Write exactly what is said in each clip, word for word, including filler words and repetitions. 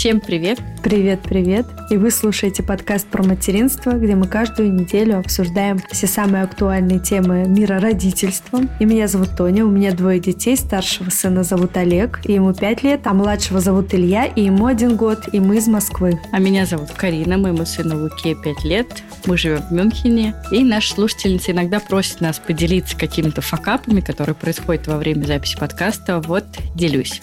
Всем привет! Привет-привет! И вы слушаете подкаст про материнство, где мы каждую неделю обсуждаем все самые актуальные темы мира родительства. И меня зовут Тоня, у меня двое детей, старшего сына зовут Олег, и ему пять лет, а младшего зовут Илья, и ему один год, и мы из Москвы. А меня зовут Карина, моему сыну Луке пять лет, мы живем в Мюнхене, и наши слушательницы иногда просят нас поделиться какими-то факапами, которые происходят во время записи подкаста. Вот, делюсь.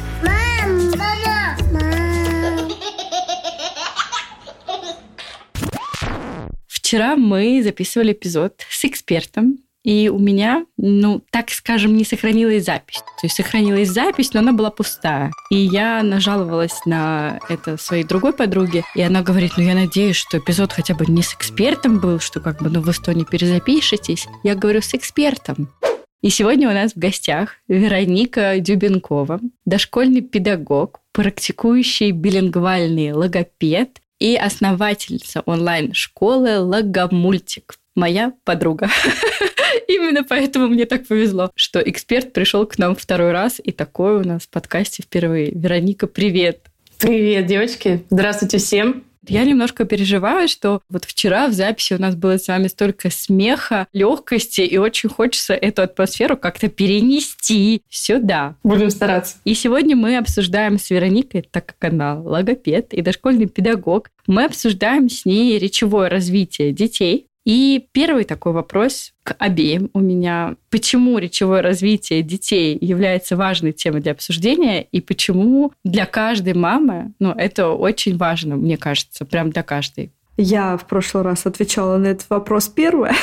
Вчера мы записывали эпизод с экспертом, и у меня, ну, так скажем, не сохранилась запись. То есть сохранилась запись, но она была пустая. И я нажаловалась на это своей другой подруге, и она говорит, ну, я надеюсь, что эпизод хотя бы не с экспертом был, что как бы, ну, вы что, не перезапишетесь? Я говорю, с экспертом. И сегодня у нас в гостях Вероника Дюбенкова, дошкольный педагог, практикующий билингвальный логопед, и основательница онлайн-школы «Логомультик». Моя подруга. Именно поэтому мне так повезло, что эксперт пришел к нам второй раз, и такой у нас в подкасте впервые. Вероника, привет! Привет, девочки! Здравствуйте всем! Я немножко переживаю, что вот вчера в записи у нас было с вами столько смеха, легкости, и очень хочется эту атмосферу как-то перенести сюда. Будем стараться. И сегодня мы обсуждаем с Вероникой, так как она логопед и дошкольный педагог, мы обсуждаем с ней речевое развитие детей. И первый такой вопрос к обеим у меня. Почему речевое развитие детей является важной темой для обсуждения, и почему для каждой мамы, ну, это очень важно, мне кажется, прям для каждой? Я в прошлый раз отвечала на этот вопрос первая,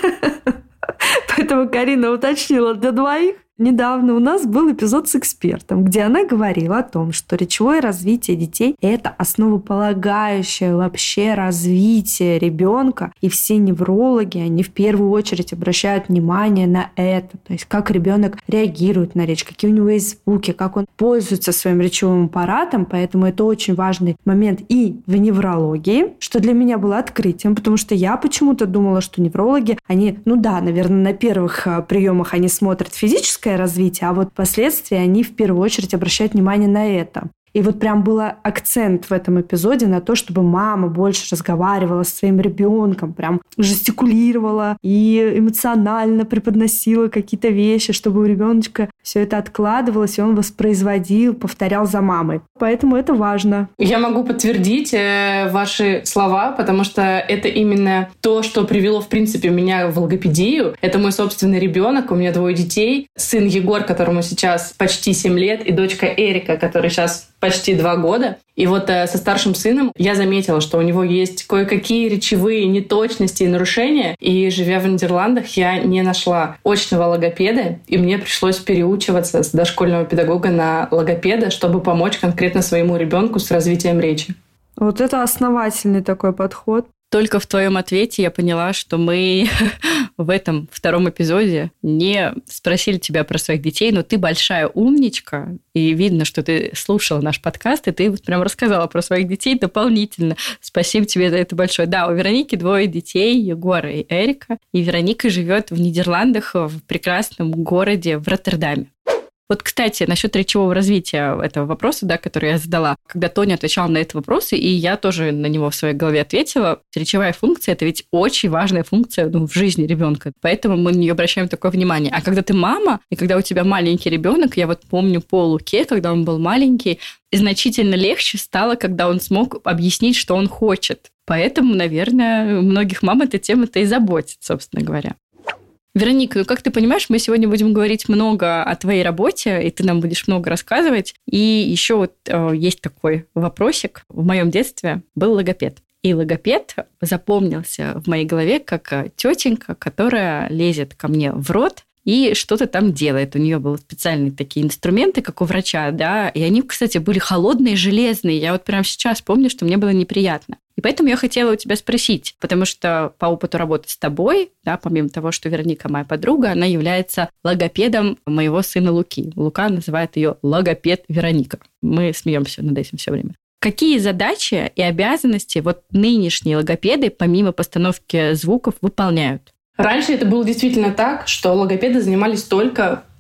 поэтому Карина уточнила для двоих. Недавно у нас был эпизод с экспертом, где она говорила о том, что речевое развитие детей – это основополагающее вообще развитие ребенка, и все неврологи, они в первую очередь обращают внимание на это, то есть как ребенок реагирует на речь, какие у него есть звуки, как он пользуется своим речевым аппаратом, поэтому это очень важный момент и в неврологии, что для меня было открытием, потому что я почему-то думала, что неврологи, они, ну да, наверное, на первых приемах они смотрят физическое развитие, а вот впоследствии они в первую очередь обращают внимание на это. И вот прям был акцент в этом эпизоде на то, чтобы мама больше разговаривала со своим ребенком, прям жестикулировала и эмоционально преподносила какие-то вещи, чтобы у ребеночка все это откладывалось, и он воспроизводил, повторял за мамой. Поэтому это важно. Я могу подтвердить э, ваши слова, потому что это именно то, что привело, в принципе, меня в логопедию. Это мой собственный ребенок, у меня двое детей. Сын Егор, которому сейчас почти семь лет, и дочка Эрика, которой сейчас почти два года. И вот э, со старшим сыном я заметила, что у него есть кое-какие речевые неточности и нарушения. И, живя в Нидерландах, я не нашла очного логопеда, и мне пришлось переучиваться с дошкольного педагога на логопеда, чтобы помочь конкретно своему ребенку с развитием речи. Вот это основательный такой подход. Только в твоем ответе я поняла, что мы в этом втором эпизоде не спросили тебя про своих детей, но ты большая умничка, и видно, что ты слушала наш подкаст, и ты вот прям рассказала про своих детей дополнительно. Спасибо тебе за это большое. Да, у Вероники двое детей, Егора и Эрика, и Вероника живет в Нидерландах, в прекрасном городе в Роттердаме. Вот, кстати, насчет речевого развития этого вопроса, да, который я задала, когда Тоня отвечала на этот вопрос, и я тоже на него в своей голове ответила, речевая функция – это ведь очень важная функция, ну, в жизни ребенка, поэтому мы на нее обращаем такое внимание. А когда ты мама, и когда у тебя маленький ребенок, я вот помню по Луке, когда он был маленький, значительно легче стало, когда он смог объяснить, что он хочет. Поэтому, наверное, многих мам эта тема-то и заботит, собственно говоря. Вероника, ну как ты понимаешь, мы сегодня будем говорить много о твоей работе, и ты нам будешь много рассказывать. И еще вот э, есть такой вопросик. В моем детстве был логопед. И логопед запомнился в моей голове как тетенька, которая лезет ко мне в рот и что-то там делает. У нее были специальные такие инструменты, как у врача, да, и они, кстати, были холодные, железные. Я вот прямо сейчас помню, что мне было неприятно. И поэтому я хотела у тебя спросить, потому что по опыту работы с тобой, да, помимо того, что Вероника моя подруга, она является логопедом моего сына Луки. Лука называет ее логопед Вероника. Мы смеемся над этим все время. Какие задачи и обязанности вот нынешние логопеды, помимо постановки звуков, выполняют? Раньше это было действительно так, что логопеды занимались только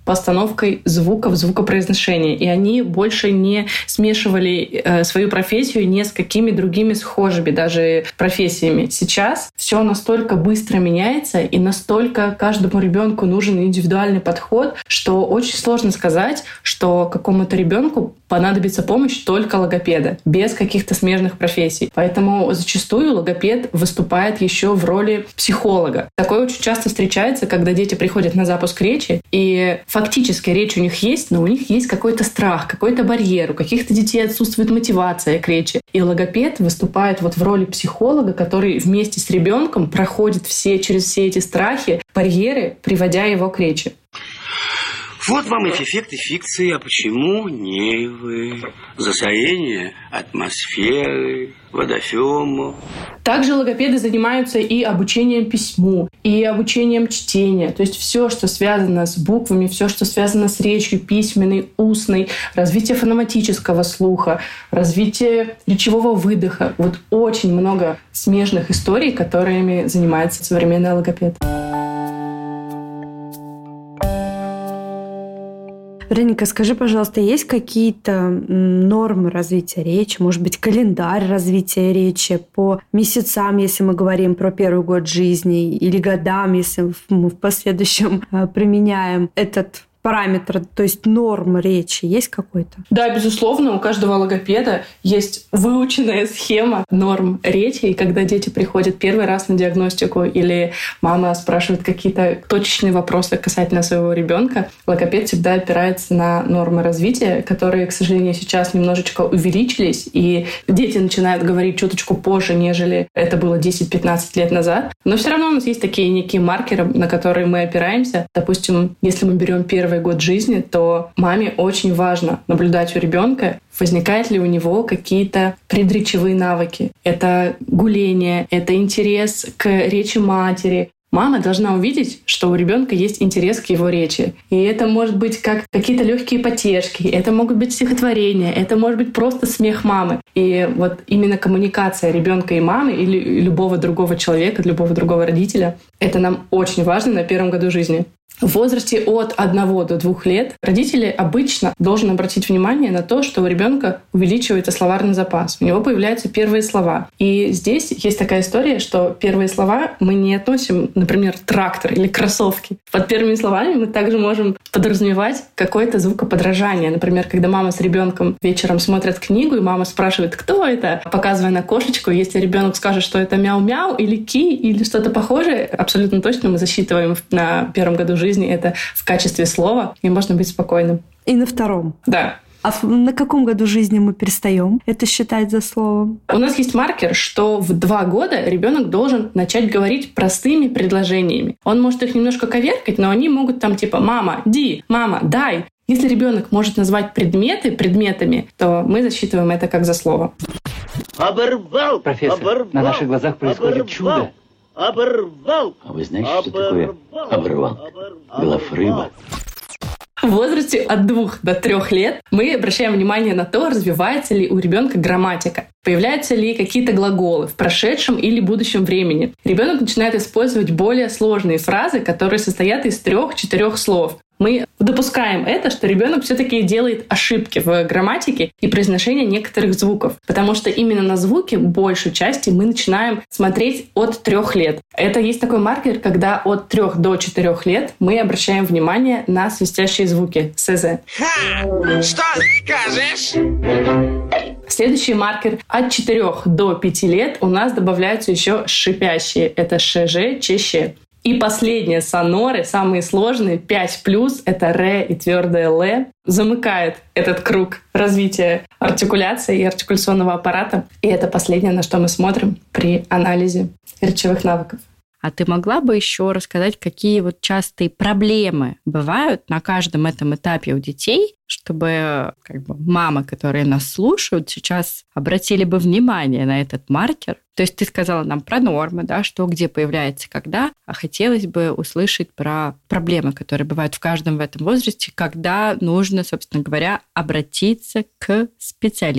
постановкой звуков, звукопроизношения. И они больше не смешивали э, свою профессию ни с какими другими схожими даже профессиями. Сейчас все настолько быстро меняется, и настолько каждому ребенку нужен индивидуальный подход, что очень сложно сказать, что какому-то ребенку понадобится помощь только логопеда, без каких-то смежных профессий. Поэтому зачастую логопед выступает еще в роли психолога. Такое очень часто встречается, когда дети приходят на запуск речи, и фактически речь у них есть, но у них есть какой-то страх, какой-то барьер, у каких-то детей отсутствует мотивация к речи. И логопед выступает вот в роли психолога, который вместе с ребенком проходит все, через все эти страхи, барьеры, приводя его к речи. Вот вам эффекты фикции. А почему нервы, засорение атмосферы, водофему? Также логопеды занимаются и обучением письму, и обучением чтения. То есть все, что связано с буквами, все, что связано с речью письменной, устной, развитие фонематического слуха, развитие речевого выдоха. Вот очень много смежных историй, которыми занимается современный логопед. Вероника, скажи, пожалуйста, есть какие-то нормы развития речи, может быть, календарь развития речи по месяцам, если мы говорим про первый год жизни, или годам, если мы в последующем применяем этот параметр, то есть норма речи есть какой-то? Да, безусловно, у каждого логопеда есть выученная схема норм речи, и когда дети приходят первый раз на диагностику или мама спрашивает какие-то точечные вопросы касательно своего ребенка, логопед всегда опирается на нормы развития, которые, к сожалению, сейчас немножечко увеличились, и дети начинают говорить чуточку позже, нежели это было десять-пятнадцать лет назад. Но все равно у нас есть такие некие маркеры, на которые мы опираемся. Допустим, если мы берем первый год жизни, то маме очень важно наблюдать у ребенка, возникают ли у него какие-то предречевые навыки. Это гуление, это интерес к речи матери. Мама должна увидеть, что у ребенка есть интерес к его речи. И это может быть как какие-то легкие потешки, это могут быть стихотворения, это может быть просто смех мамы. И вот именно коммуникация ребенка и мамы или любого другого человека, любого другого родителя, это нам очень важно на первом году жизни. В возрасте от одного до двух лет родители обычно должны обратить внимание на то, что у ребенка увеличивается словарный запас. У него появляются первые слова. И здесь есть такая история, что первые слова мы не относим, например, трактор или кроссовки. Под первыми словами мы также можем подразумевать какое-то звукоподражание. Например, когда мама с ребенком вечером смотрят книгу, и мама спрашивает, кто это, показывая на кошечку. Если ребенок скажет, что это мяу-мяу или ки или что-то похожее, абсолютно точно мы засчитываем на первом году жизни жизни это в качестве слова, и можно быть спокойным. И на втором? Да. А на каком году жизни мы перестаем это считать за словом? У нас есть маркер, что в два года ребенок должен начать говорить простыми предложениями. Он может их немножко коверкать, но они могут там типа «мама, ди», «мама, дай». Если ребенок может назвать предметы предметами, то мы засчитываем это как за слово. Оборвал! Профессор, оборвал, на наших глазах происходит оборвал, чудо. Оборвал! А вы знаете, что такое оборвал? Глафрыба. В возрасте от двух до трех лет мы обращаем внимание на то, развивается ли у ребенка грамматика, появляются ли какие-то глаголы в прошедшем или будущем времени. Ребенок начинает использовать более сложные фразы, которые состоят из трех-четырех слов. Мы допускаем это, что ребенок все-таки делает ошибки в грамматике и произношении некоторых звуков, потому что именно на звуки большей части мы начинаем смотреть от трех лет. Это есть такой маркер, когда от трех до четырех лет мы обращаем внимание на свистящие звуки СЗ. Ха! Что скажешь? Следующий маркер от четырёх до пяти лет у нас добавляются еще шипящие. Это ШЖ, ЧЩ. И последние соноры, самые сложные, пять плюс, это р и твердое л, замыкает этот круг развития артикуляции и артикуляционного аппарата. И это последнее, на что мы смотрим при анализе речевых навыков. А ты могла бы еще рассказать, какие вот частые проблемы бывают на каждом этом этапе у детей, чтобы как бы мамы, которые нас слушают, сейчас обратили бы внимание на этот маркер? То есть ты сказала нам про нормы, да, что где появляется, когда, а хотелось бы услышать про проблемы, которые бывают в каждом в этом возрасте, когда нужно, собственно говоря, обратиться к специалисту.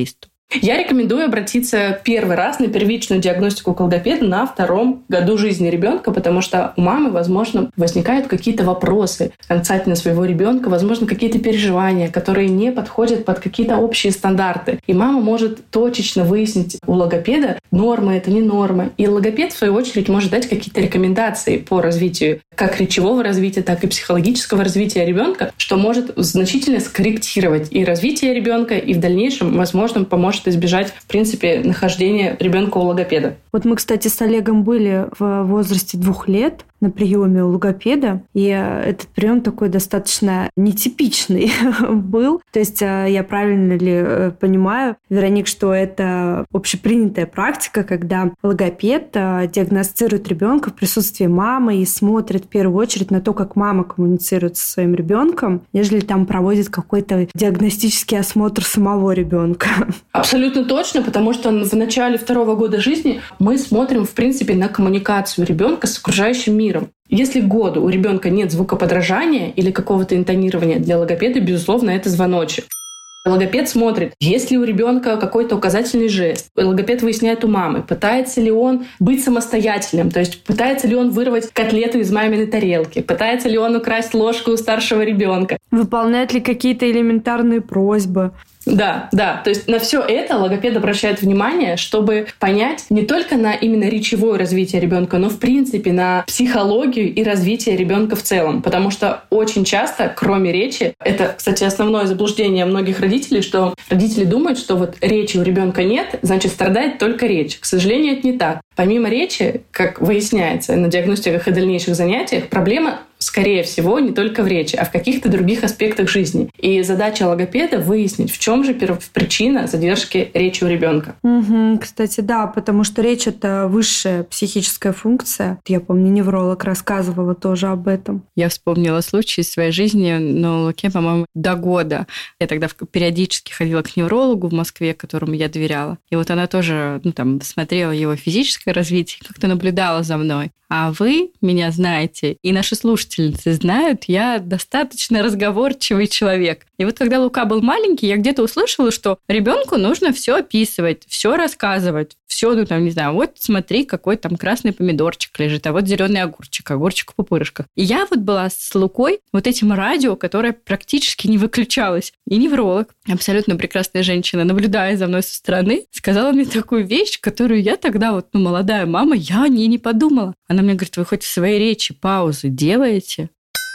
Я рекомендую обратиться первый раз на первичную диагностику к логопеду на втором году жизни ребенка, потому что у мамы, возможно, возникают какие-то вопросы касательно своего ребенка, возможно, какие-то переживания, которые не подходят под какие-то общие стандарты. И мама может точечно выяснить у логопеда, норма это не норма. И логопед, в свою очередь, может дать какие-то рекомендации по развитию как речевого развития, так и психологического развития ребенка, что может значительно скорректировать и развитие ребенка, и в дальнейшем, возможно, поможет избежать, в принципе, нахождения ребенка у логопеда. Вот мы, кстати, с Олегом были в возрасте двух лет на приеме у логопеда, и этот прием такой достаточно нетипичный был. То есть я правильно ли понимаю, Вероник, что это общепринятая практика, когда логопед диагностирует ребенка в присутствии мамы и смотрит в первую очередь на то, как мама коммуницирует со своим ребенком, нежели там проводит какой-то диагностический осмотр самого ребенка. Абсолютно точно, потому что в начале второго года жизни мы смотрим, в принципе, на коммуникацию ребенка с окружающим миром. Если к году у ребенка нет звукоподражания или какого-то интонирования, для логопеда, безусловно, это звоночек. Логопед смотрит, есть ли у ребенка какой-то указательный жест. Логопед выясняет у мамы, пытается ли он быть самостоятельным, то есть пытается ли он вырвать котлету из маминой тарелки, пытается ли он украсть ложку у старшего ребенка. Выполняет ли какие-то элементарные просьбы. Да, да. То есть на все это логопед обращает внимание, чтобы понять не только на именно речевое развитие ребенка, но в принципе на психологию и развитие ребенка в целом. Потому что очень часто, кроме речи, это, кстати, основное заблуждение многих родителей, что родители думают, что вот речи у ребенка нет, значит, страдает только речь. К сожалению, это не так. Помимо речи, как выясняется на диагностиках и дальнейших занятиях, проблема скорее всего, не только в речи, а в каких-то других аспектах жизни. И задача логопеда — выяснить, в чем же первопричина задержки речи у ребенка. Угу, кстати, да, потому что речь — это высшая психическая функция. Я помню, невролог рассказывала тоже об этом. Я вспомнила случай из своей жизни, но Луке, по-моему, до года. Я тогда периодически ходила к неврологу в Москве, которому я доверяла. И вот она тоже, ну, там, смотрела его физическое развитие, как-то наблюдала за мной. А вы меня знаете, и наши слушательницы знают, я достаточно разговорчивый человек. И вот когда Лука был маленький, я где-то услышала, что ребенку нужно все описывать, все рассказывать, все, ну там, не знаю, вот смотри, какой там красный помидорчик лежит, а вот зеленый огурчик, огурчик в пупырышках. И я вот была с Лукой вот этим радио, которое практически не выключалось. И невролог, абсолютно прекрасная женщина, наблюдая за мной со стороны, сказала мне такую вещь, которую я тогда, вот, ну, молодая мама, я о ней не подумала. Она мне говорит, вы хоть в своей речи паузы делаете?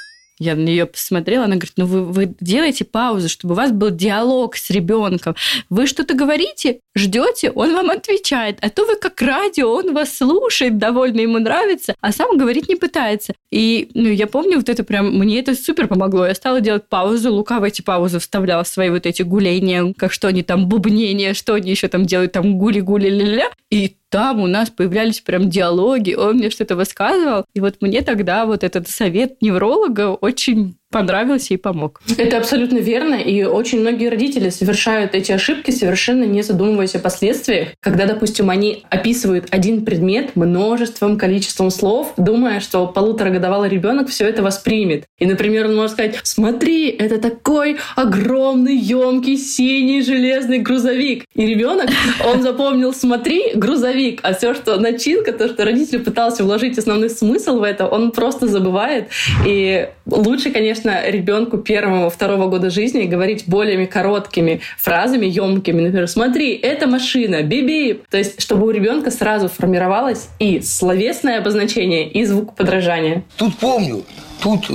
Я на нее посмотрела, она говорит, ну вы, вы делаете паузу, чтобы у вас был диалог с ребенком. Вы что-то говорите, ждете, он вам отвечает. А то вы как радио, он вас слушает, довольно ему нравится, а сам говорить не пытается. И ну, я помню, вот это прям, мне это супер помогло. Я стала делать паузу, Лука в эти паузы вставляла свои вот эти гуления, как что они там, бубнения, что они еще там делают, там гули-гули-ля-ля. И там у нас появлялись прям диалоги, он мне что-то высказывал. И вот мне тогда вот этот совет невролога очень понравился и помог. Это абсолютно верно, и очень многие родители совершают эти ошибки, совершенно не задумываясь о последствиях, когда, допустим, они описывают один предмет множеством количеством слов, думая, что полуторагодовалый ребенок все это воспримет. И, например, он может сказать: смотри, это такой огромный, емкий, синий железный грузовик. И ребенок, он запомнил: смотри, грузовик. А все, что начинка, то, что родитель пытался вложить основной смысл в это, он просто забывает. И лучше, конечно, ребенку первого, второго года жизни говорить более короткими фразами, емкими. Например, смотри, это машина, биби. То есть, чтобы у ребенка сразу формировалось и словесное обозначение, и звукоподражание. Тут помню, тут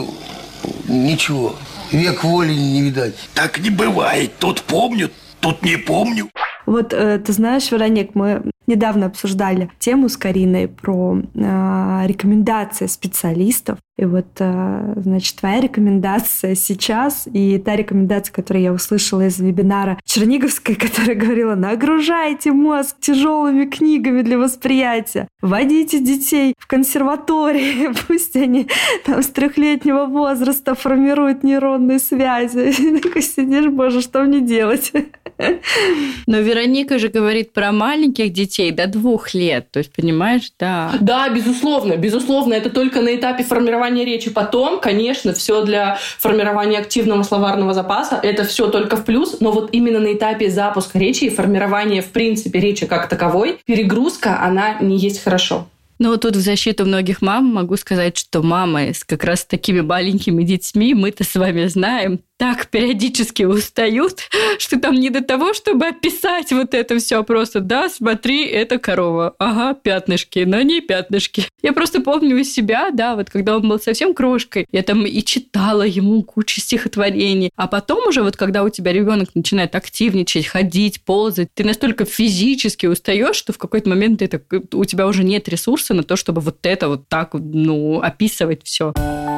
ничего. Век воли не видать. Так не бывает. Тут помню, тут не помню. Вот э, ты знаешь, Вероник, мы недавно обсуждали тему с Кариной про э, рекомендации специалистов. И вот, э, значит, твоя рекомендация сейчас и та рекомендация, которую я услышала из вебинара Черниговской, которая говорила: нагружайте мозг тяжелыми книгами для восприятия, водите детей в консерватории, пусть они там с трехлетнего возраста формируют нейронные связи. И такой сидишь: боже, что мне делать? Но Вероника же говорит про маленьких детей до двух лет. То есть, понимаешь, да. Да, безусловно, безусловно, это только на этапе формирования речи. Потом, конечно, все для формирования активного словарного запаса, это все только в плюс, но вот именно на этапе запуска речи и формирования, в принципе, речи как таковой, перегрузка, она не есть хорошо. Ну, вот тут в защиту многих мам могу сказать, что мамы с как раз такими маленькими детьми, мы-то с вами знаем, так периодически устают, что там не до того, чтобы описать вот это все просто. Да, смотри, это корова. Ага, пятнышки, но не пятнышки. Я просто помню у себя, да, вот когда он был совсем крошкой, я там и читала ему кучу стихотворений. А потом уже вот когда у тебя ребенок начинает активничать, ходить, ползать, ты настолько физически устаешь, что в какой-то момент это, у тебя уже нет ресурса на то, чтобы вот это вот так, ну, описывать все.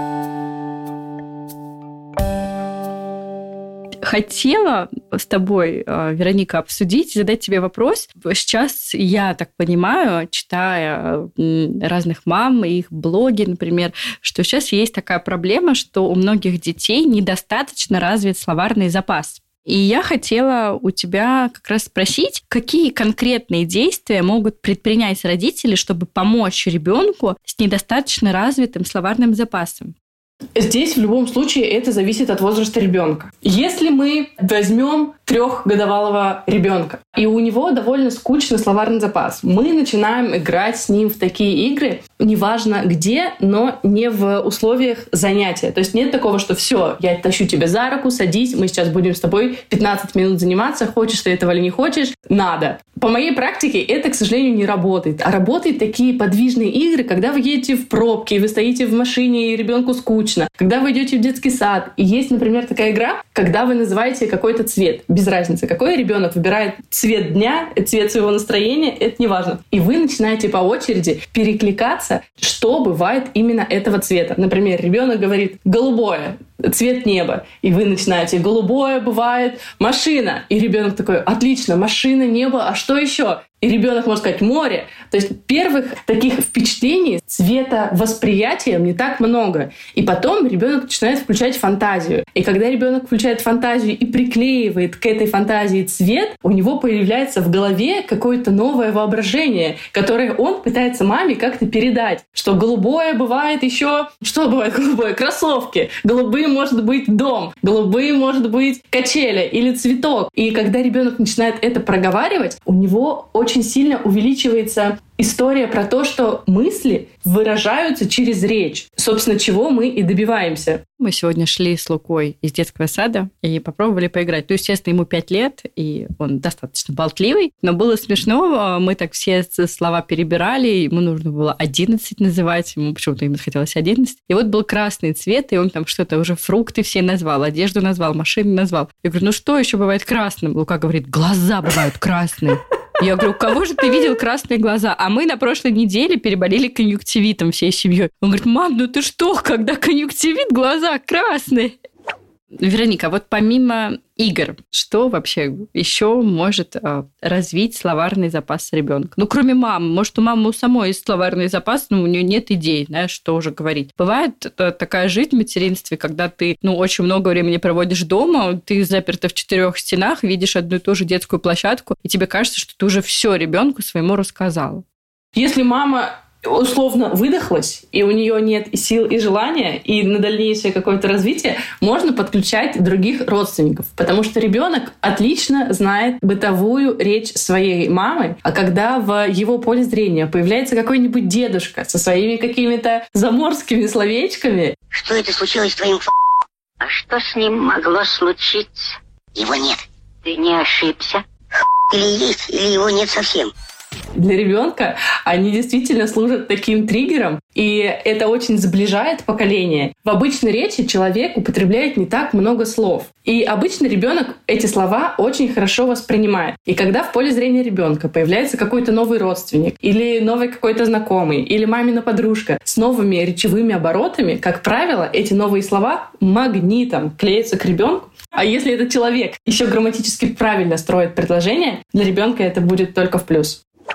Хотела с тобой, Вероника, обсудить, задать тебе вопрос. Сейчас, я так понимаю, читая разных мам и их блоги, например, что сейчас есть такая проблема, что у многих детей недостаточно развит словарный запас. И я хотела у тебя как раз спросить, какие конкретные действия могут предпринять родители, чтобы помочь ребенку с недостаточно развитым словарным запасом? Здесь в любом случае это зависит от возраста ребенка. Если мы возьмем трехгодовалого ребенка, и у него довольно скучный словарный запас, мы начинаем играть с ним в такие игры, неважно где, но не в условиях занятия. То есть нет такого, что все, я тащу тебя за руку, садись, мы сейчас будем с тобой пятнадцать минут заниматься, хочешь ты этого или не хочешь, надо. По моей практике это, к сожалению, не работает. А работают такие подвижные игры, когда вы едете в пробке, и вы стоите в машине, и ребенку скучно. Когда вы идете в детский сад, и есть, например, такая игра, когда вы называете какой-то цвет. Без разницы, какой ребенок выбирает цвет дня, цвет своего настроения, это не важно. И вы начинаете по очереди перекликаться, что бывает именно этого цвета. Например, ребенок говорит «голубое», цвет неба. И вы начинаете «голубое бывает машина». И ребенок такой «отлично, машина, небо, а что еще?» И ребенок может сказать «море». То есть первых таких впечатлений, цвета восприятия не так много. И потом ребенок начинает включать фантазию. И когда ребенок включает фантазию и приклеивает к этой фантазии цвет, у него появляется в голове какое-то новое воображение, которое он пытается маме как-то передать. Что голубое бывает еще... Что бывает голубое? Кроссовки. Голубым может быть дом. Голубым может быть качеля или цветок. И когда ребенок начинает это проговаривать, у него очень очень сильно увеличивается история про то, что мысли выражаются через речь, собственно, чего мы и добиваемся. Мы сегодня шли с Лукой из детского сада и попробовали поиграть. Ну, естественно, ему пять лет, и он достаточно болтливый, но было смешно. Мы так все слова перебирали, ему нужно было одиннадцать называть, ему почему-то именно хотелось одиннадцать. И вот был красный цвет, и он там что-то уже фрукты все назвал, одежду назвал, машину назвал. Я говорю, ну что еще бывает красным? Лука говорит, глаза бывают красные. Я говорю, у кого же ты видел красные глаза? А мы на прошлой неделе переболели конъюнктивитом всей семьей. Он говорит, мам, ну ты что, когда конъюнктивит, глаза красные? Вероника, вот помимо игр, что вообще еще может э, развить словарный запас ребенка? Ну, кроме мамы. Может, у мамы у самой есть словарный запас, но у нее нет идей, знаешь, что уже говорить. Бывает э, такая жизнь в материнстве, когда ты, ну, очень много времени проводишь дома, ты заперта в четырех стенах, видишь одну и ту же детскую площадку, и тебе кажется, что ты уже все ребенку своему рассказала. Если мама условно выдохлась, и у нее нет и сил, и желания, и на дальнейшее какое-то развитие, можно подключать других родственников. Потому что ребенок отлично знает бытовую речь своей мамы, а когда в его поле зрения появляется какой-нибудь дедушка со своими какими-то заморскими словечками... Что это случилось с твоим ф***? А что с ним могло случиться? Его нет. Ты не ошибся? Или есть, или его нет совсем. Для ребенка они действительно служат таким триггером, и это очень сближает поколение. В обычной речи человек употребляет не так много слов. И обычно ребенок эти слова очень хорошо воспринимает. И когда в поле зрения ребенка появляется какой-то новый родственник, или новый какой-то знакомый, или мамина подружка с новыми речевыми оборотами, как правило, эти новые слова магнитом клеятся к ребенку. А если этот человек еще грамматически правильно строит предложение, для ребенка это будет только в плюс.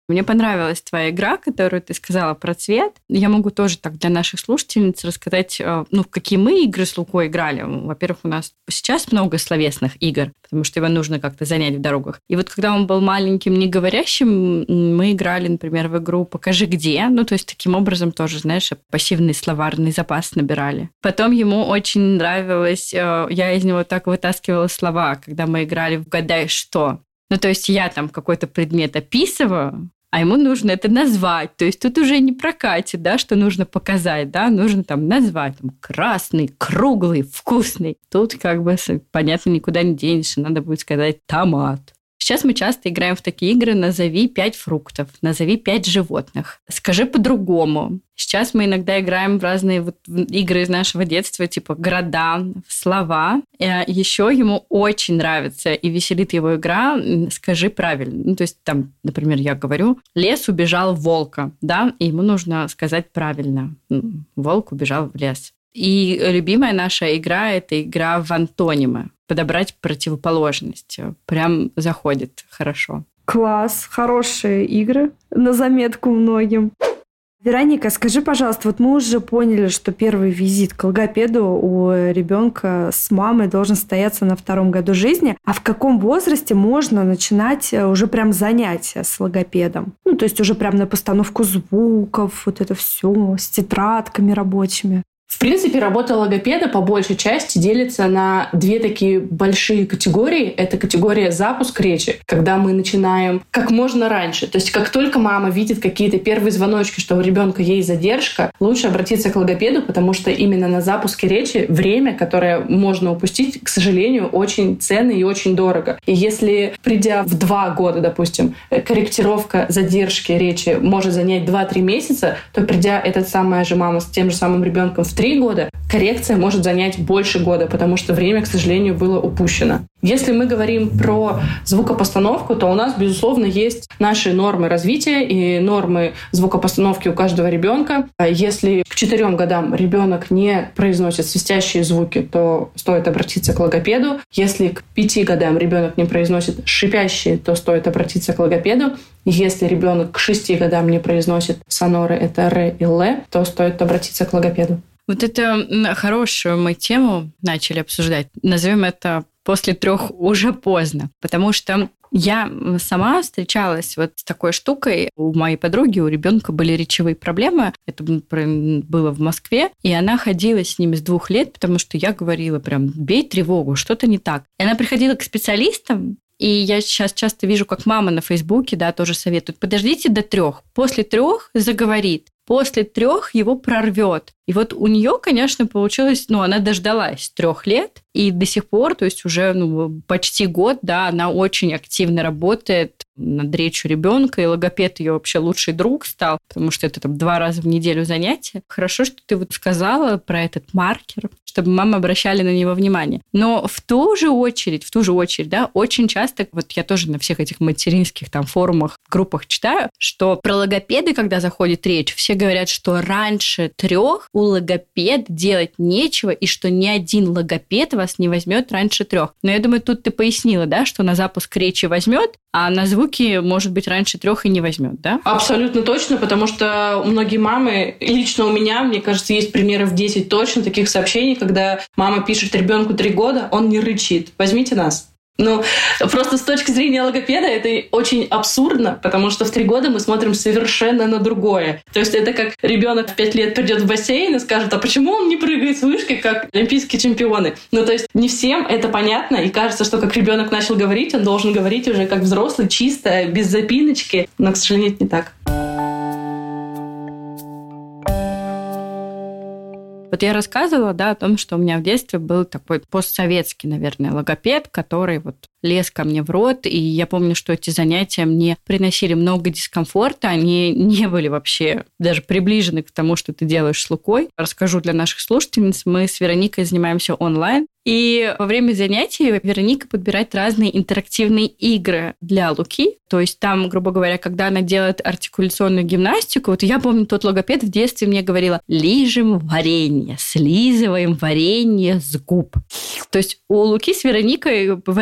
Мне понравилась твоя игра, которую ты сказала про цвет. Я могу тоже так для наших слушательниц рассказать, ну, в какие мы игры с Лукой играли. Во-первых, у нас сейчас много словесных игр, потому что его нужно как-то занять в дорогах. И вот когда он был маленьким, не говорящим, мы играли, например, в игру «Покажи где». Ну, то есть таким образом тоже, знаешь, пассивный словарный запас набирали. Потом ему очень нравилось, я из него так вытаскивала слова, когда мы играли в «Угадай что». Ну, то есть я там какой-то предмет описываю, а ему нужно это назвать. То есть тут уже не прокатит, да, что нужно показать, да, нужно там назвать там, красный, круглый, вкусный. Тут как бы, понятно, никуда не денешься, надо будет сказать томат. Сейчас мы часто играем в такие игры «Назови пять фруктов», «Назови пять животных», «Скажи по-другому». Сейчас мы иногда играем в разные вот игры из нашего детства, типа города, слова. Еще ему очень нравится и веселит его игра «Скажи правильно». Ну, то есть там, например, я говорю «Лес убежал в волка», да, и ему нужно сказать правильно. Волк убежал в лес. И любимая наша игра – это игра в антонимы. Подобрать противоположность. Прям заходит хорошо. Класс, хорошие игры. На заметку многим. Вероника, скажи, пожалуйста, вот мы уже поняли, что первый визит к логопеду у ребенка с мамой должен состояться на втором году жизни. А в каком возрасте можно начинать уже прям занятия с логопедом? Ну, то есть уже прям на постановку звуков, вот это все, с тетрадками рабочими. В принципе, работа логопеда по большей части делится на две такие большие категории. Это категория запуск речи, когда мы начинаем как можно раньше. То есть как только мама видит какие-то первые звоночки, что у ребенка есть задержка, лучше обратиться к логопеду, потому что именно на запуске речи время, которое можно упустить, к сожалению, очень ценно и очень дорого. И если, придя в два года, допустим, корректировка задержки речи может занять два-три месяца, то придя эта самая же мама с тем же самым ребенком в три года, коррекция может занять больше года, потому что время, к сожалению, было упущено. Если мы говорим про звукопостановку, то у нас, безусловно, есть наши нормы развития и нормы звукопостановки у каждого ребенка. Если к четырем годам ребенок не произносит свистящие звуки, то стоит обратиться к логопеду. Если к пяти годам ребенок не произносит шипящие, то стоит обратиться к логопеду. Если ребенок к шести годам не произносит соноры, это р и л, то стоит обратиться к логопеду. Вот это хорошую мы тему начали обсуждать. Назовем это «после трех уже поздно». Потому что я сама встречалась вот с такой штукой. У моей подруги, у ребенка были речевые проблемы. Это было в Москве. И она ходила с ними с двух лет, потому что я говорила прям «бей тревогу, что-то не так». И она приходила к специалистам. И я сейчас часто вижу, как мама на Фейсбуке, да, тоже советует: подождите до трех. После трех заговорит. После трех его прорвет. И вот у нее, конечно, получилось, ну, она дождалась трех лет, и до сих пор, то есть уже ну, почти год, да, она очень активно работает над речью ребенка, и логопед ее вообще лучший друг стал, потому что это там два раза в неделю занятия. Хорошо, что ты вот сказала про этот маркер, чтобы мамы обращали на него внимание. Но в ту же очередь, в ту же очередь, да, очень часто, вот я тоже на всех этих материнских там форумах, группах читаю, что про логопеды, когда заходит речь, все говорят, что раньше трех у логопеда делать нечего, и что ни один логопед вас не возьмет раньше трех. Но я думаю, тут ты пояснила, да, что на запуск речи возьмет, а на звуки, может быть, раньше трех и не возьмет, да? Абсолютно точно, потому что многие мамы, лично у меня, мне кажется, есть примеров десять точно таких сообщений, когда мама пишет ребенку три года, он не рычит. Возьмите нас. Ну, просто с точки зрения логопеда это очень абсурдно, потому что в три года мы смотрим совершенно на другое. То есть это как ребенок в пять лет придет в бассейн и скажет: а почему он не прыгает с вышкой, как олимпийские чемпионы? Ну, то есть не всем это понятно, и кажется, что как ребенок начал говорить, он должен говорить уже как взрослый, чисто, без запиночки. Но, к сожалению, это не так. Вот я рассказывала, да, о том, что у меня в детстве был такой постсоветский, наверное, логопед, который вот лез ко мне в рот, и я помню, что эти занятия мне приносили много дискомфорта, они не были вообще даже приближены к тому, что ты делаешь с Лукой. Расскажу для наших слушательниц, мы с Вероникой занимаемся онлайн, и во время занятий Вероника подбирает разные интерактивные игры для Луки. То есть там, грубо говоря, когда она делает артикуляционную гимнастику, вот я помню, тот логопед в детстве мне говорила: лижем варенье, слизываем варенье с губ. То есть у Луки с Вероникой варенье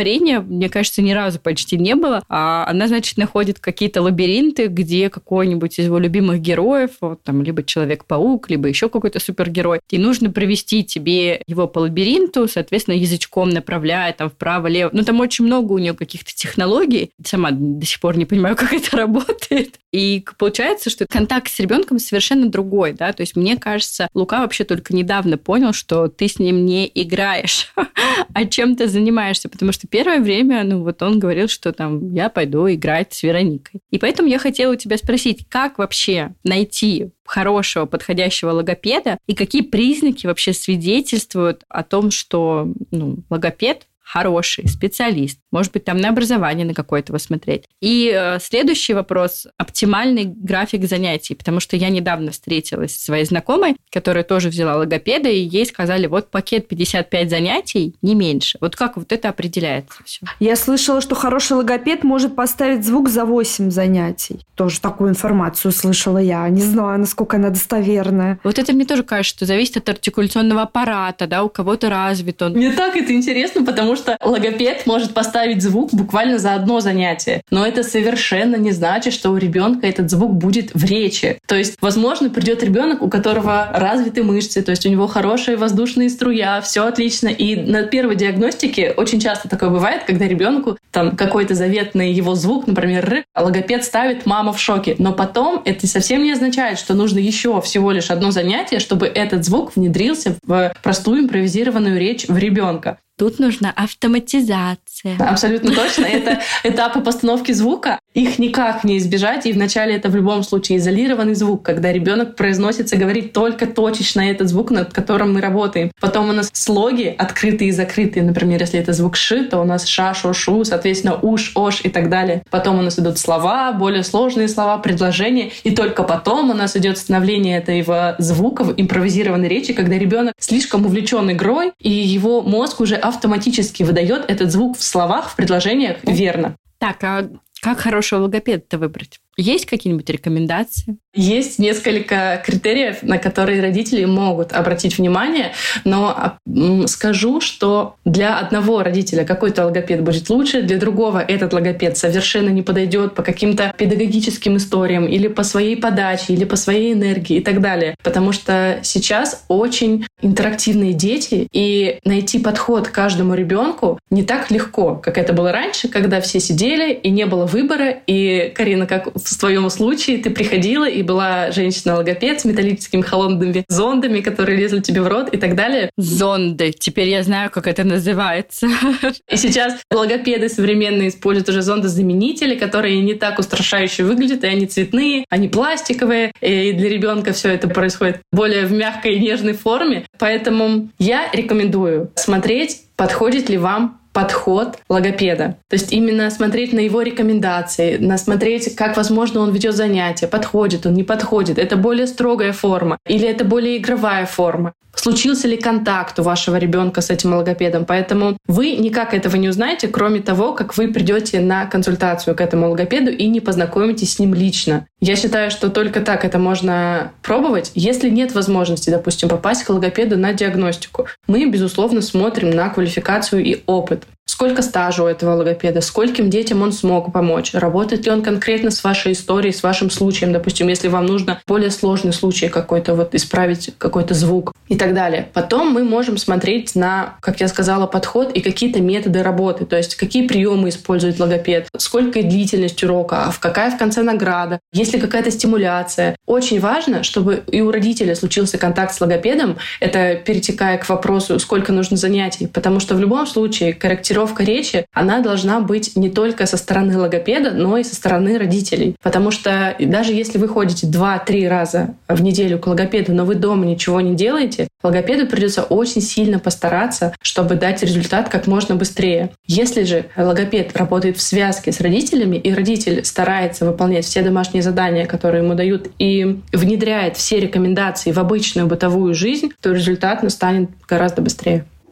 мне кажется, ни разу почти не было. А она, значит, находит какие-то лабиринты, где какой-нибудь из его любимых героев, вот, там, либо Человек-паук, либо еще какой-то супергерой, и нужно провести тебе его по лабиринту, соответственно, язычком направляя там вправо-лево. Ну, там очень много у нее каких-то технологий. Сама до сих пор не понимаю, как это работает. И получается, что контакт с ребенком совершенно другой, да, то есть мне кажется, Лука вообще только недавно понял, что ты с ним не играешь, а чем ты занимаешься, потому что первое время, ну, вот он говорил, что там я пойду играть с Вероникой. И поэтому я хотела у тебя спросить, как вообще найти хорошего, подходящего логопеда и какие признаки вообще свидетельствуют о том, что, ну, логопед хороший специалист. Может быть, там на образование на какое-то его смотреть. И э, следующий вопрос – оптимальный график занятий. Потому что я недавно встретилась со своей знакомой, которая тоже взяла логопеда, и ей сказали, вот пакет пятьдесят пять занятий, не меньше. Вот как вот это определяется все? Я слышала, что хороший логопед может поставить звук за восемь занятий. Тоже такую информацию слышала я. Не знаю, насколько она достоверная. Вот это мне тоже кажется, что зависит от артикуляционного аппарата, да, у кого-то развит он. Мне так это интересно, потому что логопед может поставить звук буквально за одно занятие. Но это совершенно не значит, что у ребенка этот звук будет в речи. То есть, возможно, придет ребенок, у которого развиты мышцы, то есть у него хорошая воздушная струя, все отлично. И на первой диагностике очень часто такое бывает, когда ребенку там какой-то заветный его звук, например, «р», а логопед ставит «мама в шоке». Но потом это совсем не означает, что нужно еще всего лишь одно занятие, чтобы этот звук внедрился в простую импровизированную речь в ребенка. Тут нужна автоматизация. Абсолютно точно. Это этапы постановки звука. Их никак не избежать. И вначале это в любом случае изолированный звук, когда ребенок произносится, говорит только точечно этот звук, над которым мы работаем. Потом у нас слоги открытые и закрытые. Например, если это звук «ш», то у нас «ша», «шо», «шу», соответственно, «уш», «ош» и так далее. Потом у нас идут слова, более сложные слова, предложения. И только потом у нас идет становление этого звука в импровизированной речи, когда ребенок слишком увлечен игрой, и его мозг уже автоматически выдает этот звук в словах, в предложениях верно. Так, а как хорошего логопеда-то выбрать? Есть какие-нибудь рекомендации? Есть несколько критериев, на которые родители могут обратить внимание, но скажу, что для одного родителя какой-то логопед будет лучше, для другого этот логопед совершенно не подойдет по каким-то педагогическим историям или по своей подаче, или по своей энергии и так далее. Потому что сейчас очень интерактивные дети, и найти подход к каждому ребенку не так легко, как это было раньше, когда все сидели и не было выбора, и, Карина, как в твоем случае, ты приходила, и была женщина-логопед с металлическими холодными зондами, которые лезли тебе в рот и так далее. Зонды. Теперь я знаю, как это называется. И сейчас логопеды современные используют уже зондозаменители, которые не так устрашающе выглядят, и они цветные, они пластиковые, и для ребенка все это происходит более в мягкой и нежной форме. Поэтому я рекомендую смотреть, подходит ли вам подход логопеда. То есть именно смотреть на его рекомендации, на смотреть, как, возможно, он ведет занятия, подходит он, не подходит. Это более строгая форма или это более игровая форма. Случился ли контакт у вашего ребенка с этим логопедом? Поэтому вы никак этого не узнаете, кроме того, как вы придете на консультацию к этому логопеду и не познакомитесь с ним лично. Я считаю, что только так это можно пробовать. Если нет возможности, допустим, попасть к логопеду на диагностику, мы, безусловно, смотрим на квалификацию и опыт. Сколько стажа у этого логопеда, скольким детям он смог помочь, работает ли он конкретно с вашей историей, с вашим случаем, допустим, если вам нужно более сложный случай какой-то, вот исправить какой-то звук и так далее. Потом мы можем смотреть на, как я сказала, подход и какие-то методы работы, то есть какие приемы использует логопед, сколько и длительность урока, а какая в конце награда, есть ли какая-то стимуляция. Очень важно, чтобы и у родителя случился контакт с логопедом, это перетекая к вопросу, сколько нужно занятий, потому что в любом случае корректировка речи, она должна быть не только со стороны логопеда, но и со стороны родителей. Потому что даже если вы ходите два-три раза в неделю к логопеду, но вы дома ничего не делаете, логопеду придется очень сильно постараться, чтобы дать результат как можно быстрее. Если же логопед работает в связке с родителями, и родитель старается выполнять все домашние задания, которые ему дают, и внедряет все рекомендации в обычную бытовую жизнь, то результат настанет гораздо быстрее.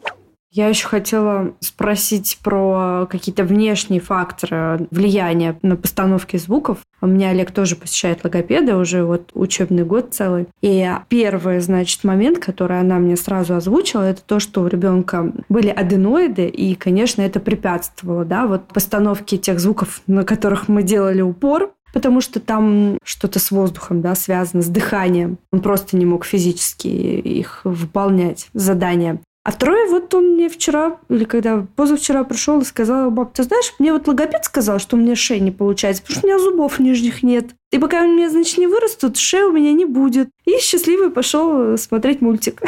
Я еще хотела спросить про какие-то внешние факторы влияния на постановки звуков. У меня Олег тоже посещает логопеда уже вот учебный год целый. И первый, значит, момент, который она мне сразу озвучила, это то, что у ребенка были аденоиды, и, конечно, это препятствовало, да, вот постановке тех звуков, на которых мы делали упор, потому что там что-то с воздухом, да, связано, с дыханием. Он просто не мог физически их выполнять, задания. А второй, вот он мне вчера, или когда позавчера пришел и сказал: баб, ты знаешь, мне вот логопед сказал, что у меня шея не получается, потому что у меня зубов нижних нет. И пока у меня, значит, не вырастут, шеи у меня не будет. И счастливый пошел смотреть мультик.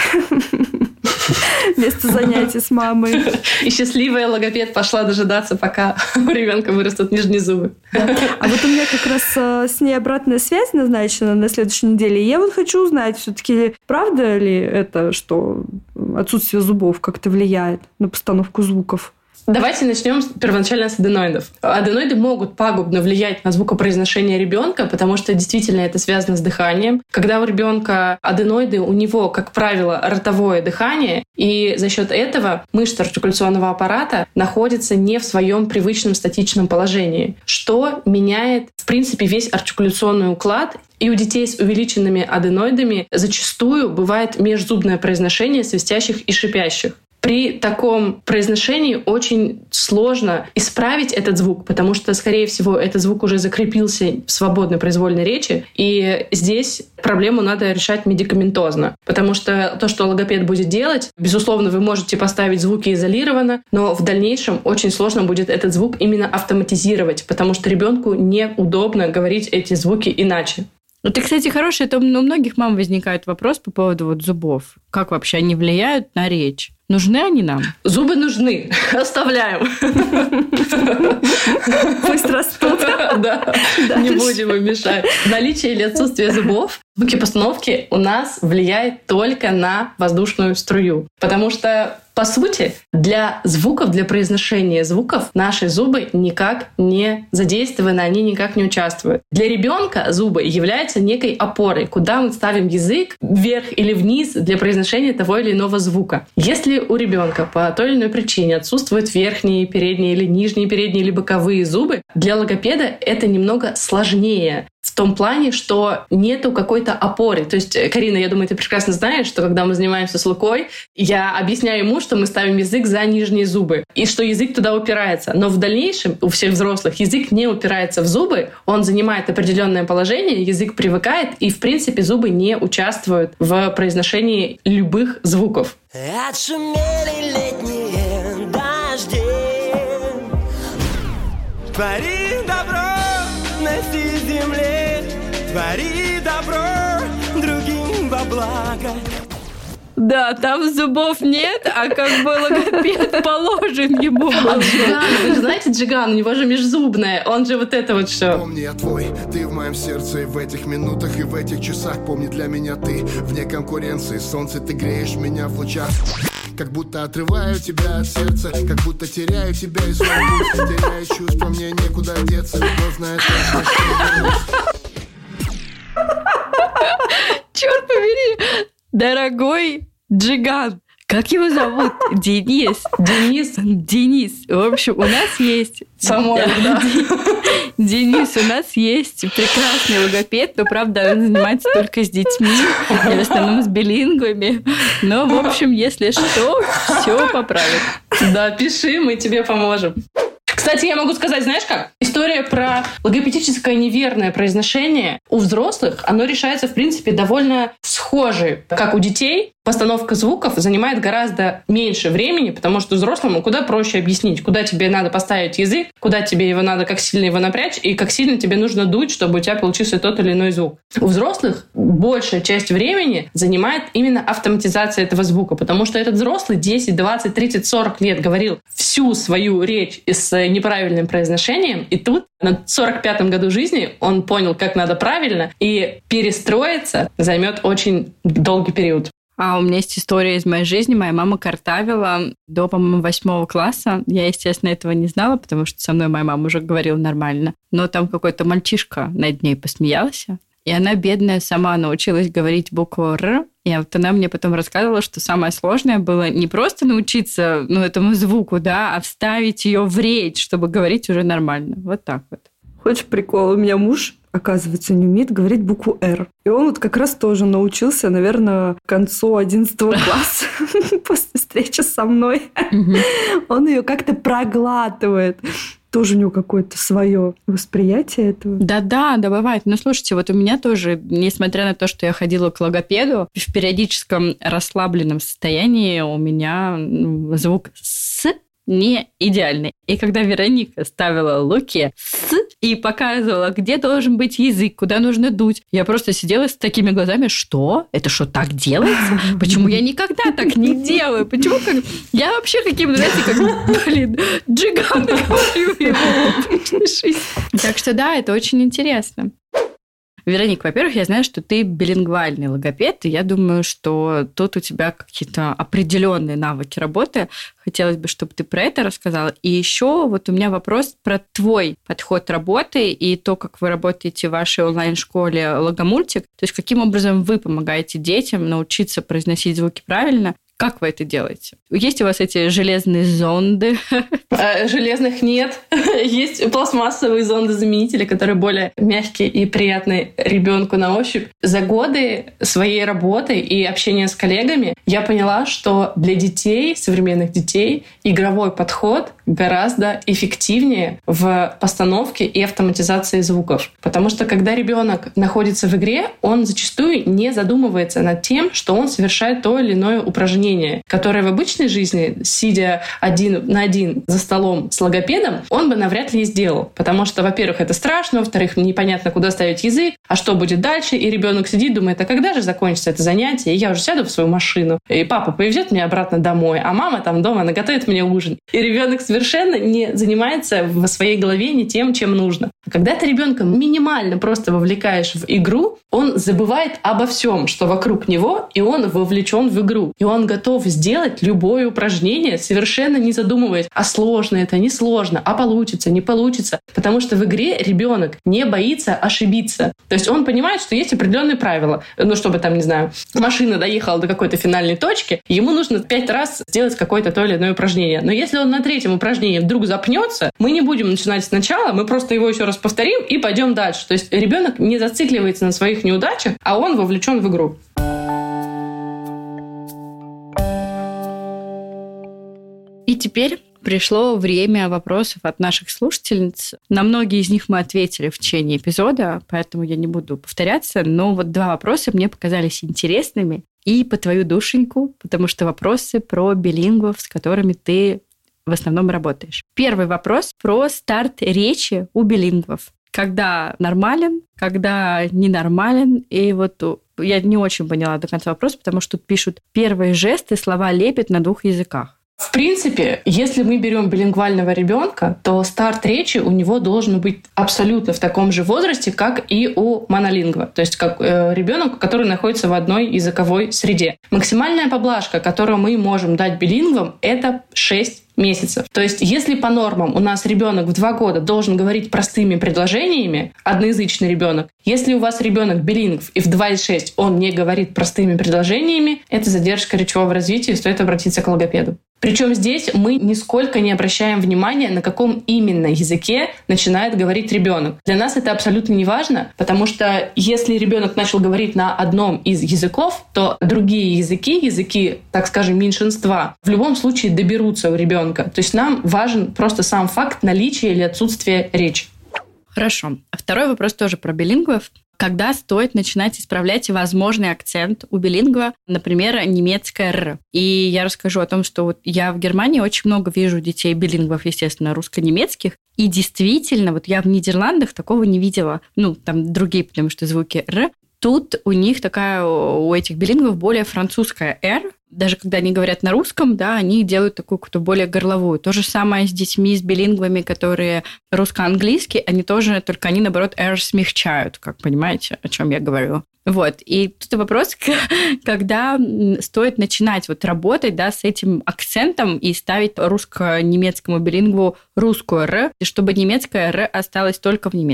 Вместо занятий с мамой. И счастливая логопед пошла дожидаться, пока у ребенка вырастут нижние зубы. Да. А вот у меня как раз с ней обратная связь назначена на следующей неделе. И я вот хочу узнать, все-таки правда ли это, что отсутствие зубов как-то влияет на постановку звуков? Давайте начнем первоначально с аденоидов. Аденоиды могут пагубно влиять на звукопроизношение ребенка, потому что действительно это связано с дыханием. Когда у ребенка аденоиды, у него, как правило, ротовое дыхание, и за счет этого мышцы артикуляционного аппарата находятся не в своем привычном статичном положении, что меняет, в принципе, весь артикуляционный уклад. И у детей с увеличенными аденоидами зачастую бывает межзубное произношение свистящих и шипящих. При таком произношении очень сложно исправить этот звук, потому что, скорее всего, этот звук уже закрепился в свободной произвольной речи, и здесь проблему надо решать медикаментозно, потому что то, что логопед будет делать, безусловно, вы можете поставить звуки изолированно, но в дальнейшем очень сложно будет этот звук именно автоматизировать, потому что ребенку неудобно говорить эти звуки иначе. Ну, ты, кстати, хороший, это у многих мам возникает вопрос по поводу вот зубов. Как вообще они влияют на речь? Нужны они нам? Зубы нужны. Оставляем. Пусть растут. Да, не будем им мешать. Наличие или отсутствие зубов в звуке постановки у нас влияет только на воздушную струю. Потому что, по сути, для звуков, для произношения звуков наши зубы никак не задействованы, они никак не участвуют. Для ребенка зубы являются некой опорой, куда мы ставим язык вверх или вниз для произношения того или иного звука. Если у ребенка по той или иной причине отсутствуют верхние, передние или нижние, передние или боковые зубы, для логопеда это немного сложнее. В том плане, что нету какой-то опоры. То есть, Карина, я думаю, ты прекрасно знаешь, что когда мы занимаемся с Лукой, я объясняю ему, что мы ставим язык за нижние зубы, и что язык туда упирается. Но в дальнейшем у всех взрослых язык не упирается в зубы, он занимает определенное положение, язык привыкает, и, в принципе, зубы не участвуют в произношении любых звуков. Отшумели летние дожди, твори добро на всей земле, твори добро другим во благо. Да, там зубов нет, а как бы логопед положен ему был. А Джиган, вы же знаете Джиган, у него же межзубное, он же вот это вот все. Помни, я твой, ты в моем сердце, и в этих минутах, и в этих часах. Помни, для меня ты вне конкуренции, солнце, ты греешь меня в лучах. Как будто отрываю тебя от сердца, как будто теряю тебя и снова теряю чувства, мне некуда деться, кто знает, как Черт побери, дорогой Джиган. Как его зовут? Денис. Денис. Денис. В общем, у нас есть... Самой, да. Денис, у нас есть прекрасный логопед, но, правда, он занимается только с детьми, и в основном с билингвами. Но, в общем, если что, все поправит. Да, пиши, мы тебе поможем. Кстати, я могу сказать, знаешь как? История про логопедическое неверное произношение у взрослых, оно решается, в принципе, довольно схоже. Как у детей, постановка звуков занимает гораздо меньше времени, потому что взрослому куда проще объяснить, куда тебе надо поставить язык, куда тебе его надо, как сильно его напрячь, и как сильно тебе нужно дуть, чтобы у тебя получился тот или иной звук. У взрослых большая часть времени занимает именно автоматизация этого звука, потому что этот взрослый десять, двадцать, тридцать, сорок лет говорил всю свою речь с неправильным произношением, и тут на сорок пятом году жизни он понял, как надо правильно, и перестроиться займет очень долгий период. А у меня есть история из моей жизни. Моя мама картавила до, по-моему, восьмого класса. Я, естественно, этого не знала, потому что со мной моя мама уже говорила нормально. Но там какой-то мальчишка над ней посмеялся. И она, бедная, сама научилась говорить букву «Р». И И вот она мне потом рассказывала, что самое сложное было не просто научиться ну, этому звуку, да, а вставить ее в речь, чтобы говорить уже нормально. Вот так вот. Хочешь прикол? У меня муж, оказывается, не умеет говорить букву «Р». И он вот как раз тоже научился, наверное, к концу одиннадцатого класса после встречи со мной. Он ее как-то проглатывает. Тоже у него какое-то свое восприятие этого. Да-да, да, бывает. Но слушайте, вот у меня тоже, несмотря на то, что я ходила к логопеду, в периодическом расслабленном состоянии у меня звук «с» не идеальный. И когда Вероника ставила Луке «с» и показывала, где должен быть язык, куда нужно дуть, я просто сидела с такими глазами, что? Это что, так делается? Почему я никогда так не делаю? Почему как... Я вообще каким, знаете, как, блин, джиган говорю его. Так что да, это очень интересно. Вероника, во-первых, я знаю, что ты билингвальный логопед, и я думаю, что тут у тебя какие-то определенные навыки работы. Хотелось бы, чтобы ты про это рассказала. И еще вот у меня вопрос про твой подход работы и то, как вы работаете в вашей онлайн-школе «Логомультик». То есть каким образом вы помогаете детям научиться произносить звуки правильно? Как вы это делаете? Есть у вас эти железные зонды? Железных нет. Есть пластмассовые зонды-заменители, которые более мягкие и приятные ребенку на ощупь. За годы своей работы и общения с коллегами я поняла, что для детей, современных детей, игровой подход гораздо эффективнее в постановке и автоматизации звуков. Потому что когда ребенок находится в игре, он зачастую не задумывается над тем, что он совершает то или иное упражнение, которое в обычной жизни, сидя один на один за столом с логопедом, он бы навряд ли сделал. Потому что, во-первых, это страшно, во-вторых, непонятно, куда ставить язык, а что будет дальше, и ребенок сидит, думает, а когда же закончится это занятие, и я уже сяду в свою машину, и папа повезет меня обратно домой, а мама там дома наготовит мне ужин. И ребенок совершенно не занимается в своей голове не тем, чем нужно. А когда ты ребенка минимально просто вовлекаешь в игру, он забывает обо всем, что вокруг него, и он вовлечен в игру. И он готов сделать любое упражнение, совершенно не задумываясь, а сложно это, не сложно, а получится, не получится. Потому что в игре ребенок не боится ошибиться. То есть он понимает, что есть определенные правила. Ну, чтобы там, не знаю, машина доехала до какой-то финальной точки, ему нужно пять раз сделать какое-то то или иное упражнение. Но если он на третьем упражнении вдруг запнется, мы не будем начинать сначала, мы просто его еще раз повторим и пойдем дальше. То есть ребенок не зацикливается на своих неудачах, а он вовлечен в игру. И теперь пришло время вопросов от наших слушательниц. На многие из них мы ответили в течение эпизода, поэтому я не буду повторяться, но вот два вопроса мне показались интересными и по твою душеньку, потому что вопросы про билингвов, с которыми ты в основном работаешь. Первый вопрос про старт речи у билингвов. Когда нормален, когда ненормален. И вот я не очень поняла до конца вопрос, потому что тут пишут первые жесты, слова лепят на двух языках. В принципе, если мы берем билингвального ребенка, то старт речи у него должен быть абсолютно в таком же возрасте, как и у монолингва, то есть как э, ребенок, который находится в одной языковой среде. Максимальная поблажка, которую мы можем дать билингвам, это шесть месяцев. То есть, если по нормам у нас ребенок в два года должен говорить простыми предложениями, одноязычный ребенок, если у вас ребенок билингв и в два и шесть он не говорит простыми предложениями, это задержка речевого развития, и стоит обратиться к логопеду. Причем здесь мы нисколько не обращаем внимания, на каком именно языке начинает говорить ребенок. Для нас это абсолютно не важно, потому что если ребенок начал говорить на одном из языков, то другие языки, языки, так скажем, меньшинства, в любом случае доберутся у ребенка. То есть нам важен просто сам факт наличия или отсутствия речи. Хорошо. А второй вопрос тоже про билингвов. Когда стоит начинать исправлять возможный акцент у билингва, например, немецкое «р». И я расскажу о том, что вот я в Германии очень много вижу детей билингвов, естественно, русско-немецких. И действительно, вот я в Нидерландах такого не видела. Ну, там другие, потому что звуки «р». Тут у них такая, у этих билингвов более французская «р». Даже когда они говорят на русском, да, они делают такую какую-то более горловую. То же самое с детьми, с билингвами, которые русско-английские, они тоже, только они, наоборот, «р» смягчают, как понимаете, о чем я говорю. Вот. И тут вопрос, когда стоит начинать вот работать, да, с этим акцентом и ставить русско-немецкому билингву русскую «р», чтобы немецкое «р» осталось только в немецком.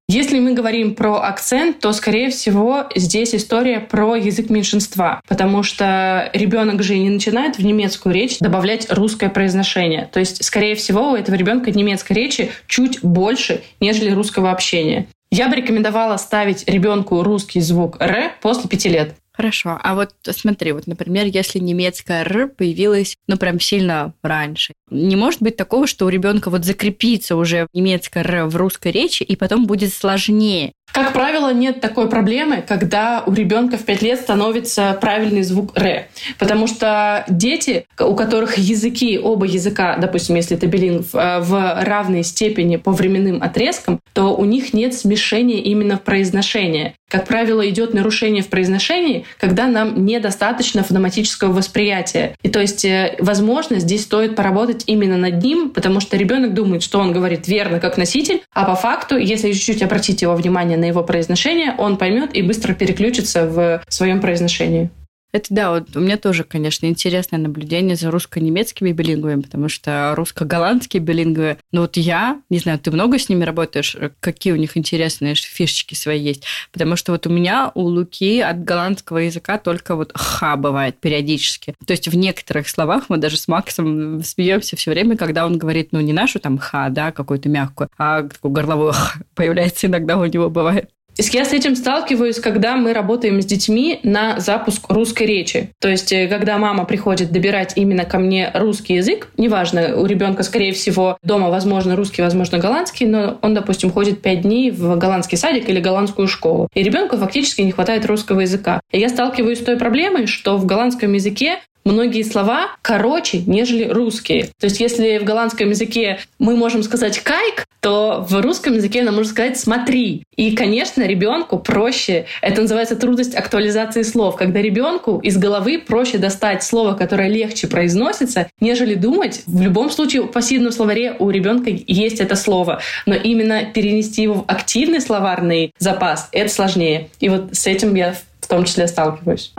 Если мы говорим про акцент, то, скорее всего, здесь история про язык меньшинства, потому что ребенок же не начинает в немецкую речь добавлять русское произношение. То есть, скорее всего, у этого ребенка немецкой речи чуть больше, нежели русского общения. Я бы рекомендовала ставить ребенку русский звук «р» после пяти лет. Хорошо. А вот смотри, вот, например, если немецкое «р» появилось, ну, прям сильно раньше, не может быть такого, что у ребенка вот закрепится уже немецкое «р» в русской речи, и потом будет сложнее? Как правило, нет такой проблемы, когда у ребенка в пять лет становится правильный звук «р». Потому что дети, у которых языки, оба языка, допустим, если это билингв, в равной степени по временным отрезкам, то у них нет смешения именно в произношении. Как правило, идет нарушение в произношении, когда нам недостаточно фонематического восприятия. И то есть, возможно, здесь стоит поработать именно над ним, потому что ребенок думает, что он говорит верно как носитель, а по факту, если чуть-чуть обратить его внимание на его произношение, он поймет и быстро переключится в своем произношении. Это да, вот у меня тоже, конечно, интересное наблюдение за русско-немецкими билингвами, потому что русско-голландские билингвы, ну вот я, не знаю, ты много с ними работаешь, какие у них интересные фишечки свои есть, потому что вот у меня, у Луки от голландского языка только вот «ха» бывает периодически. То есть в некоторых словах мы даже с Максом смеемся все время, когда он говорит, ну не нашу там «ха», да, какую-то мягкую, а такую горловую «х» появляется иногда у него бывает. Я с этим сталкиваюсь, когда мы работаем с детьми на запуск русской речи. То есть, когда мама приходит добирать именно ко мне русский язык, неважно, у ребенка, скорее всего, дома, возможно, русский, возможно, голландский, но он, допустим, ходит пять дней в голландский садик или голландскую школу, и ребенку фактически не хватает русского языка. И я сталкиваюсь с той проблемой, что в голландском языке многие слова короче, нежели русские. То есть если в голландском языке мы можем сказать «кайк», то в русском языке нам можно сказать «смотри». И, конечно, ребенку проще, это называется трудность актуализации слов, когда ребенку из головы проще достать слово, которое легче произносится, нежели думать. В любом случае в пассивном словаре у ребенка есть это слово, но именно перенести его в активный словарный запас — это сложнее. И вот с этим я в том числе сталкиваюсь.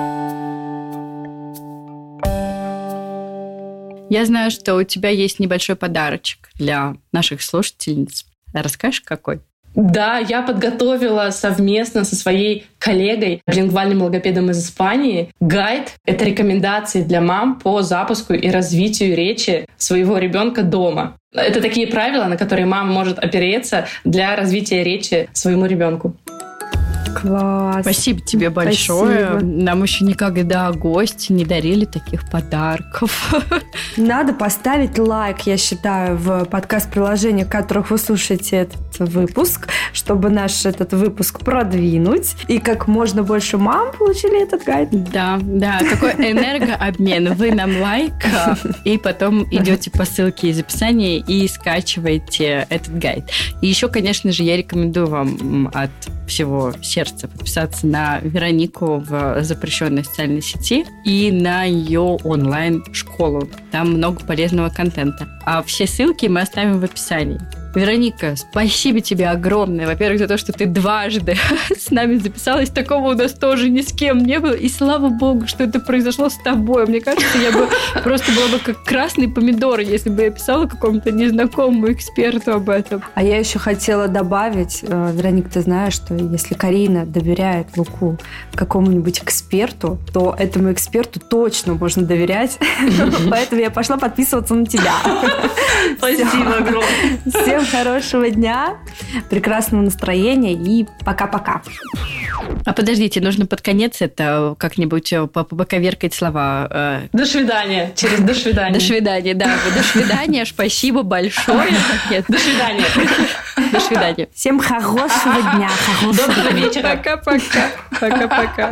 Я знаю, что у тебя есть небольшой подарочек для наших слушательниц. Расскажешь, какой? Да, я подготовила совместно со своей коллегой, билингвальным логопедом из Испании, гайд. Это рекомендации для мам по запуску и развитию речи своего ребенка дома. Это такие правила, на которые мама может опереться для развития речи своему ребенку. Класс. Спасибо тебе большое. Спасибо. Нам еще никогда гости не дарили таких подарков. Надо поставить лайк, я считаю, в подкаст-приложениях, в которых вы слушаете этот выпуск, чтобы наш этот выпуск продвинуть. И как можно больше мам получили этот гайд. Да, да, такой энергообмен. Вы нам лайк, и потом идете по ссылке из описания и скачиваете этот гайд. И еще, конечно же, я рекомендую вам от всего сердца подписаться на Веронику в запрещенной социальной сети и на ее онлайн-школу. Там много полезного контента. А все ссылки мы оставим в описании. Вероника, спасибо тебе огромное. Во-первых, за то, что ты дважды с нами записалась. Такого у нас тоже ни с кем не было. И слава богу, что это произошло с тобой. Мне кажется, я бы просто была бы как красный помидор, если бы я писала какому-то незнакомому эксперту об этом. А я еще хотела добавить, Вероника, ты знаешь, что если Карина доверяет Луку какому-нибудь эксперту, то этому эксперту точно можно доверять. Поэтому я пошла подписываться на тебя. Спасибо огромное. Всем хорошего дня, прекрасного настроения и пока-пока. А подождите, нужно под конец это как-нибудь побоковеркать слова. До свидания. Через до свидания. До свидания, да. До свидания. Спасибо большое. Нет, до свидания. До свидания. Всем хорошего дня. Доброго вечера. Пока-пока. Пока-пока.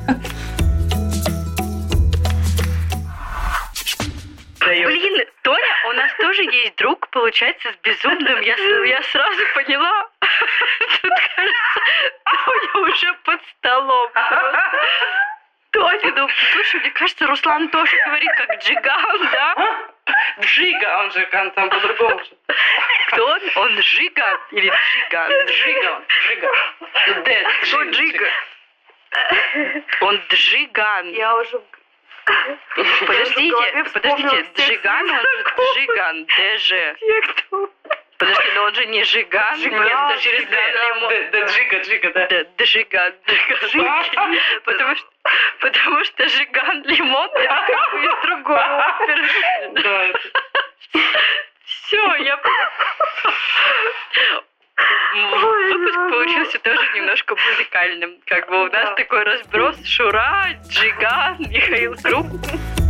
Блин, Толя, у нас тоже есть друг, получается, с безумным. Я, я сразу поняла. Тут, кажется, Толя уже под столом. Толя, ну, слушай, мне кажется, Руслан тоже говорит как Джиган, да? Джига, он же там по-другому. Кто он? Он Жиган или Джиган? Джига, Джига. Кто Джига? Он Джиган. Я уже... Подождите, подождите, Джиган, он же Джиган, ДЖ. Подожди, но он же не Жиган. Жиган, нет, через Жиган, да, Джига, Джига, да. Да, Жиган, Жиган. Потому что, потому что Жиган Лимон, это как бы из другого оперы. Да, это... Все, я... Выпуск получился тоже немножко музыкальным. Как бы у нас такой разброс: Шура, Джиган, Михаил Круг.